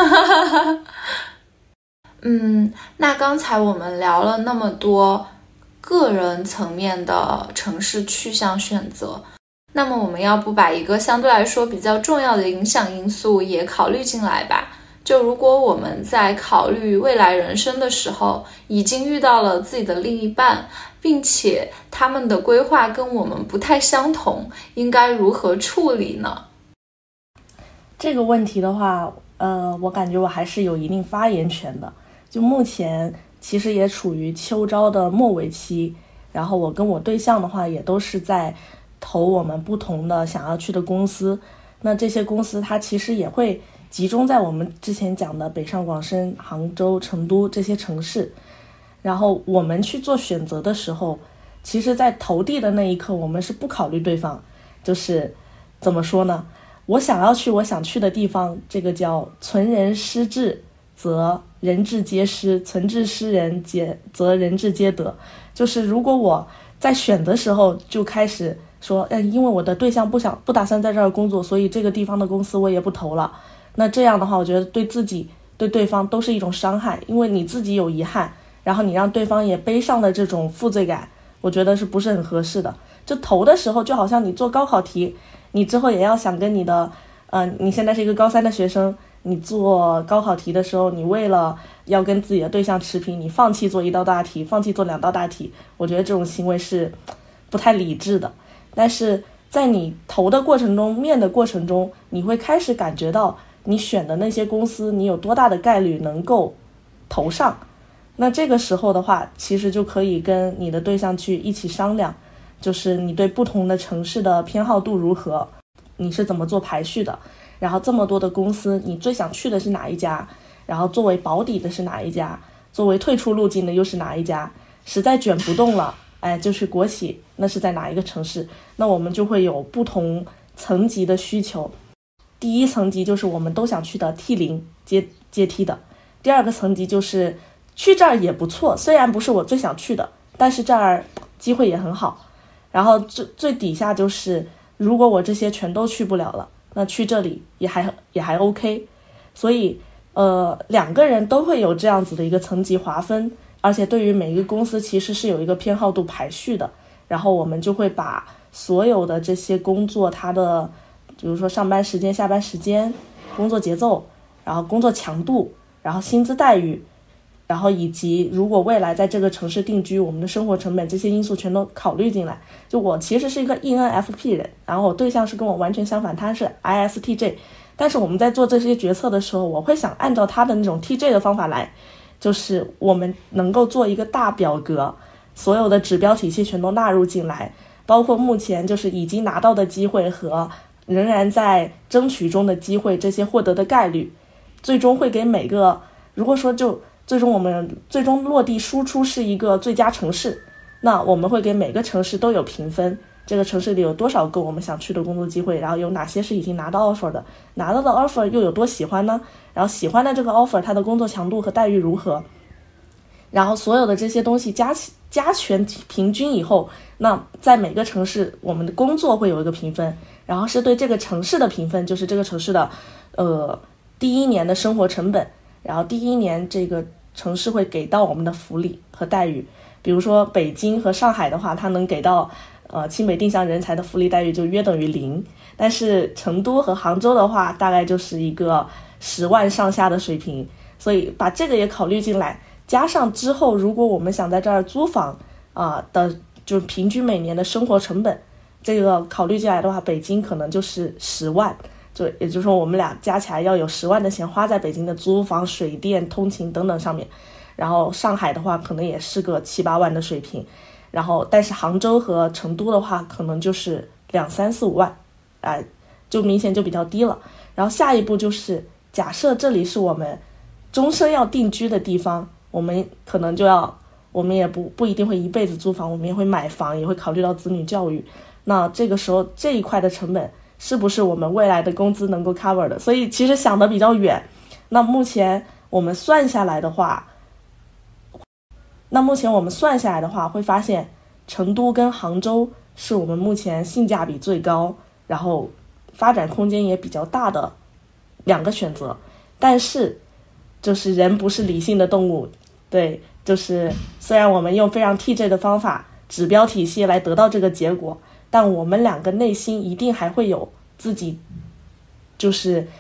嗯，那刚才我们聊了那么多个人层面的城市去向选择，那么我们要不把一个相对来说比较重要的影响因素也考虑进来吧？就如果我们在考虑未来人生的时候，已经遇到了自己的另一半，并且他们的规划跟我们不太相同，应该如何处理呢？ 这个问题的话，呃，我感觉我还是有一定发言权的。就目前其实也处于秋招的末尾期，然后我跟我对象的话也都是在投我们不同的想要去的公司。那这些公司它其实也会集中在我们之前讲的北上广深、杭州、成都这些城市。然后我们去做选择的时候，其实在投递的那一刻我们是不考虑对方，就是怎么说呢，我想要去我想去的地方，这个叫存人失志则人志皆失，存志失人皆则人志皆得。就是如果我在选的时候就开始说，哎，因为我的对象不想不打算在这儿工作，所以这个地方的公司我也不投了，那这样的话我觉得对自己对对方都是一种伤害，因为你自己有遗憾，然后你让对方也背上了这种负罪感，我觉得是不是很合适的。就投的时候就好像你做高考题，你之后也要想跟你的呃，你现在是一个高三的学生，你做高考题的时候，你为了要跟自己的对象持平，你放弃做一道大题，放弃做两道大题，我觉得这种行为是不太理智的。但是在你投的过程中，面的过程中，你会开始感觉到你选的那些公司，你有多大的概率能够投上。那这个时候的话，其实就可以跟你的对象去一起商量，就是你对不同的城市的偏好度如何，你是怎么做排序的，然后这么多的公司，你最想去的是哪一家，然后作为保底的是哪一家，作为退出路径的又是哪一家，实在卷不动了，哎，就是国企，那是在哪一个城市。那我们就会有不同层级的需求。第一层级就是我们都想去的 T 零 阶阶梯的，第二个层级就是去这儿也不错，虽然不是我最想去的，但是这儿机会也很好。然后最最底下就是如果我这些全都去不了了，那去这里也还也还 OK。 所以呃，两个人都会有这样子的一个层级划分，而且对于每一个公司其实是有一个偏好度排序的。然后我们就会把所有的这些工作，它的比如说上班时间、下班时间、工作节奏，然后工作强度，然后薪资待遇，然后以及如果未来在这个城市定居，我们的生活成本，这些因素全都考虑进来。就我其实是一个 E N F P 人，然后我对象是跟我完全相反，他是 I S T J， 但是我们在做这些决策的时候，我会想按照他的那种 T J 的方法来，就是我们能够做一个大表格，所有的指标体系全都纳入进来，包括目前就是已经拿到的机会和仍然在争取中的机会，这些获得的概率，最终会给每个，如果说就最终我们最终落地输出是一个最佳城市，那我们会给每个城市都有评分，这个城市里有多少个我们想去的工作机会，然后有哪些是已经拿到 offer 的，拿到的 offer 又有多喜欢呢，然后喜欢的这个 offer 它的工作强度和待遇如何，然后所有的这些东西加起加权平均以后，那在每个城市我们的工作会有一个评分，然后是对这个城市的评分，就是这个城市的呃第一年的生活成本，然后第一年这个城市会给到我们的福利和待遇。比如说北京和上海的话，它能给到呃清北定向人才的福利待遇就约等于零，但是成都和杭州的话大概就是一个十万上下的水平，所以把这个也考虑进来，加上之后如果我们想在这儿租房啊、呃、的就平均每年的生活成本这个考虑进来的话，北京可能就是十万，就也就是说我们俩加起来要有十万的钱花在北京的租房、水电、通勤等等上面。然后上海的话可能也是个七八万的水平，然后但是杭州和成都的话可能就是两三四五万，啊、呃，就明显就比较低了。然后下一步就是假设这里是我们终身要定居的地方，我们可能就要，我们也不不一定会一辈子租房，我们也会买房，也会考虑到子女教育。那这个时候这一块的成本是不是我们未来的工资能够 cover 的？所以其实想的比较远。那目前我们算下来的话。那目前我们算下来的话，会发现成都跟杭州是我们目前性价比最高，然后发展空间也比较大的两个选择。但是就是人不是理性的动物，对，就是虽然我们用非常 T J 的方法指标体系来得到这个结果，但我们两个内心一定还会有自己就是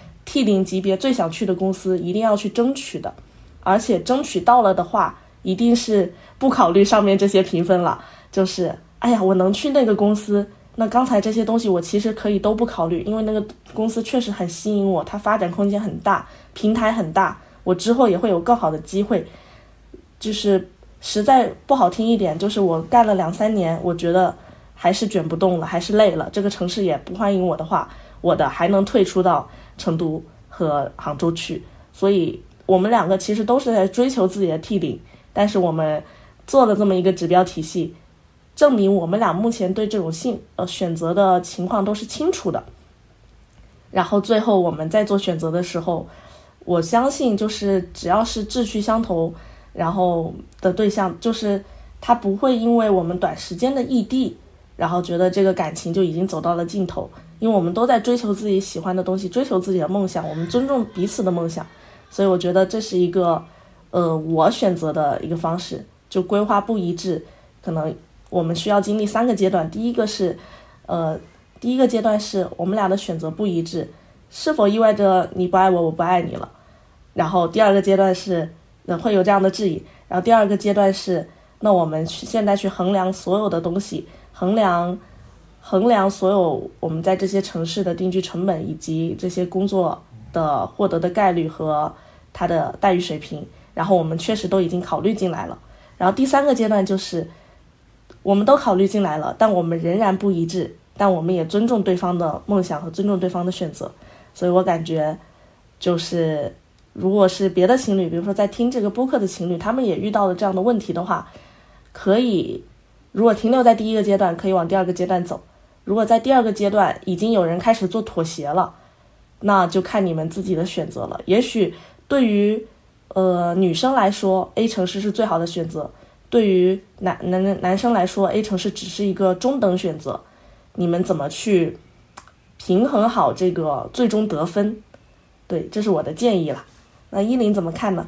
T 零 级别最想去的公司，一定要去争取的。而且争取到了的话，一定是不考虑上面这些评分了，就是哎呀我能去那个公司，那刚才这些东西我其实可以都不考虑，因为那个公司确实很吸引我，它发展空间很大，平台很大，我之后也会有更好的机会。就是实在不好听一点，就是我干了两三年，我觉得还是卷不动了，还是累了，这个城市也不欢迎我的话，我的还能退出到成都和杭州去。所以我们两个其实都是在追求自己的 T 零，但是我们做了这么一个指标体系，证明我们俩目前对这种性呃选择的情况都是清楚的。然后最后我们在做选择的时候，我相信就是只要是志趣相投，然后的对象，就是他不会因为我们短时间的异地，然后觉得这个感情就已经走到了尽头，因为我们都在追求自己喜欢的东西，追求自己的梦想，我们尊重彼此的梦想。所以我觉得这是一个呃，我选择的一个方式，就规划不一致，可能我们需要经历三个阶段。第一个是，呃，第一个阶段是我们俩的选择不一致，是否意味着你不爱我，我不爱你了？然后第二个阶段是，呃，会有这样的质疑。然后第二个阶段是，那我们去现在去衡量所有的东西，衡量衡量所有我们在这些城市的定居成本，以及这些工作的获得的概率和它的待遇水平。然后我们确实都已经考虑进来了。然后第三个阶段就是我们都考虑进来了，但我们仍然不一致，但我们也尊重对方的梦想和尊重对方的选择。所以我感觉就是如果是别的情侣，比如说在听这个播客的情侣，他们也遇到了这样的问题的话，可以如果停留在第一个阶段，可以往第二个阶段走。如果在第二个阶段已经有人开始做妥协了，那就看你们自己的选择了。也许对于呃，女生来说 A 城市是最好的选择，对于男男男生来说 A 城市只是一个中等选择，你们怎么去平衡好这个最终得分？对，这是我的建议啦。那依林怎么看呢？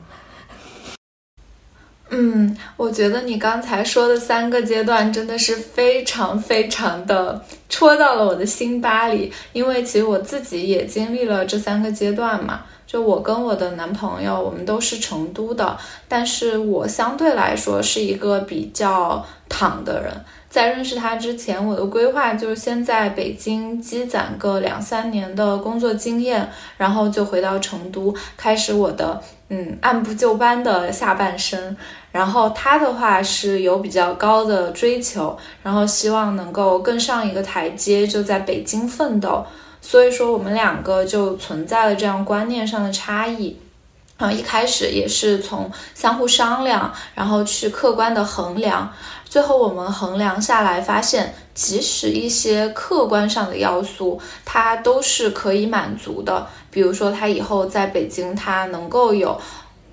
嗯，我觉得你刚才说的三个阶段真的是非常非常的戳到了我的心巴里，因为其实我自己也经历了这三个阶段嘛。就我跟我的男朋友，我们都是成都的，但是我相对来说是一个比较躺的人。在认识他之前，我的规划就是先在北京积攒个两三年的工作经验，然后就回到成都，开始我的嗯按部就班的下半生。然后他的话是有比较高的追求，然后希望能够更上一个台阶，就在北京奋斗。所以说我们两个就存在了这样观念上的差异。然后一开始也是从相互商量，然后去客观的衡量，最后我们衡量下来发现，即使一些客观上的要素它都是可以满足的。比如说他以后在北京他能够有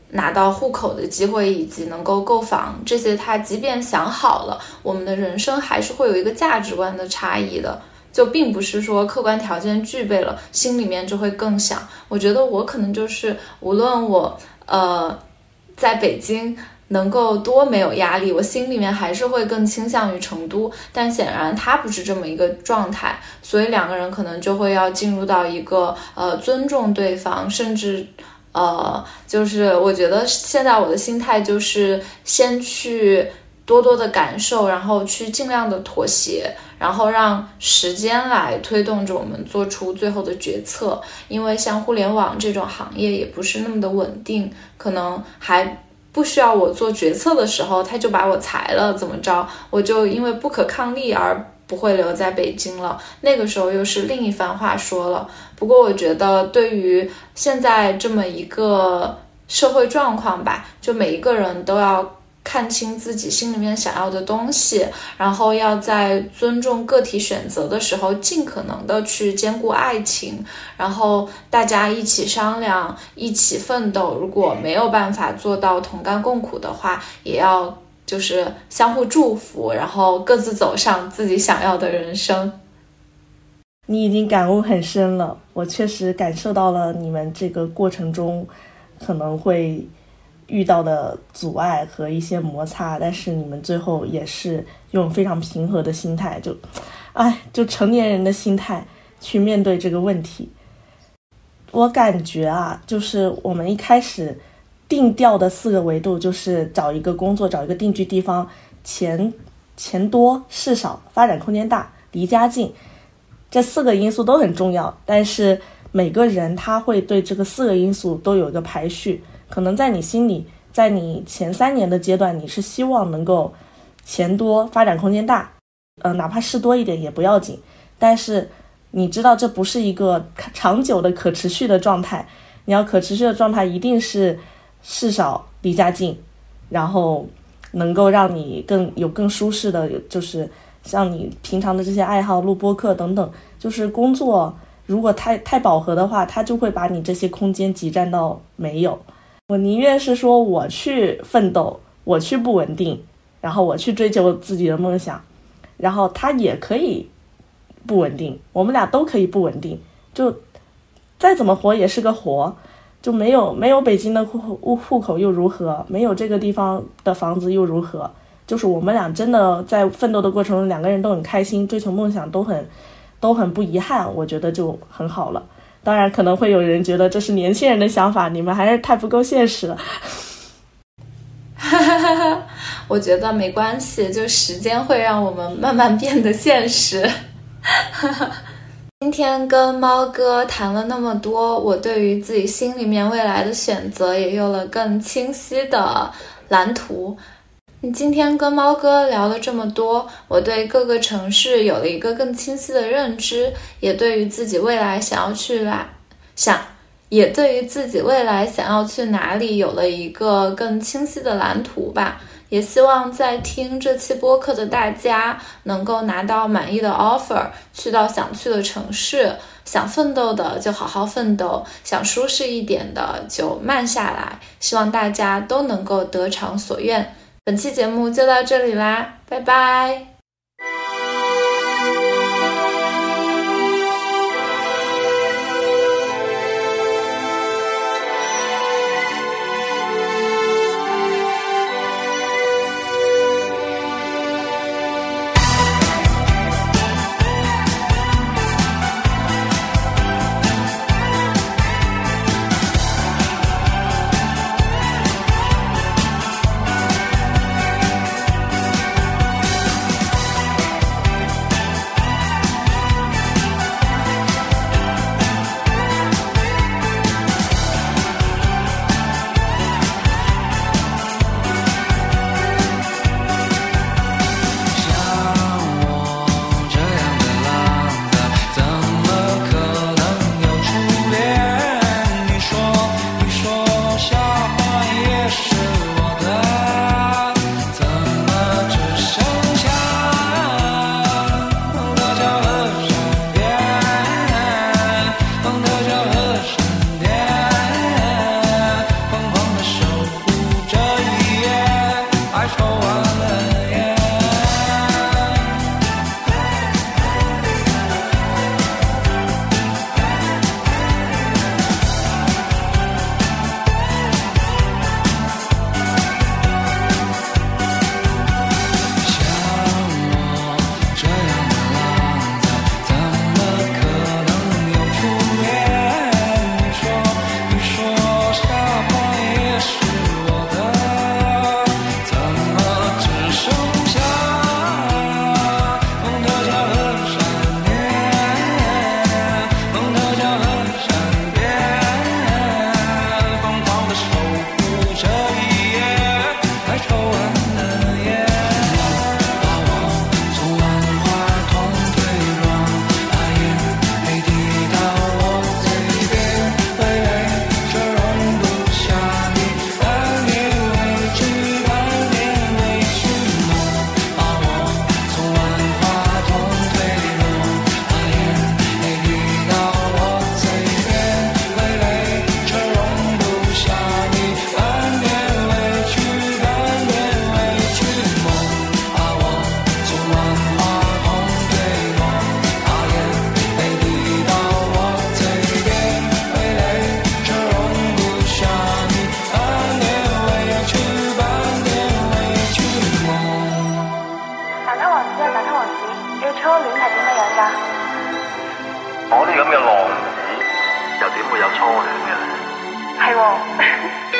拿到户口的机会以及能够购房，这些他即便想好了，我们的人生还是会有一个价值观的差异的，就并不是说客观条件具备了，心里面就会更想。我觉得我可能就是无论我呃在北京能够多没有压力，我心里面还是会更倾向于成都，但显然他不是这么一个状态，所以两个人可能就会要进入到一个呃尊重对方，甚至呃就是我觉得现在我的心态就是先去多多的感受，然后去尽量的妥协，然后让时间来推动着我们做出最后的决策。因为像互联网这种行业也不是那么的稳定，可能还不需要我做决策的时候他就把我裁了，怎么着我就因为不可抗力而不会留在北京了，那个时候又是另一番话说了。不过我觉得对于现在这么一个社会状况吧，就每一个人都要看清自己心里面想要的东西，然后要在尊重个体选择的时候尽可能的去兼顾爱情，然后大家一起商量，一起奋斗，如果没有办法做到同甘共苦的话，也要就是相互祝福，然后各自走上自己想要的人生。 你已经感悟很深了，我确实感受到了你们这个过程中可能会遇到的阻碍和一些摩擦，但是你们最后也是用非常平和的心态，就哎，就成年人的心态去面对这个问题。我感觉啊，就是我们一开始定调的四个维度，就是找一个工作，找一个定居地方，钱钱多事少，发展空间大，离家近，这四个因素都很重要，但是每个人他会对这个四个因素都有一个排序。可能在你心里，在你前三年的阶段，你是希望能够钱多，发展空间大，呃，哪怕事多一点也不要紧。但是你知道这不是一个长久的可持续的状态，你要可持续的状态一定是事少离家近，然后能够让你更有更舒适的，就是像你平常的这些爱好，录播课等等，就是工作如果太太饱和的话，它就会把你这些空间挤占到没有。我宁愿是说我去奋斗，我去不稳定，然后我去追求自己的梦想，然后他也可以不稳定，我们俩都可以不稳定，就再怎么活也是个活，就没有没有北京的户户口又如何，没有这个地方的房子又如何，就是我们俩真的在奋斗的过程中，两个人都很开心，追求梦想都很都很不遗憾，我觉得就很好了。当然可能会有人觉得这是年轻人的想法，你们还是太不够现实了。 我觉得没关系，就时间会让我们慢慢变得现实。今天跟猫哥谈了那么多，我对于自己心里面未来的选择也有了更清晰的蓝图。你今天跟猫哥聊了这么多，我对各个城市有了一个更清晰的认知，也对于自己未来想要去哪想也对于自己未来想要去哪里有了一个更清晰的蓝图吧。也希望在听这期播客的大家能够拿到满意的 offer， 去到想去的城市，想奋斗的就好好奋斗，想舒适一点的就慢下来，希望大家都能够得偿所愿。本期节目就到这里啦，拜拜。 我呢咁嘅浪子，又點會有初戀嘅咧？ 係喎。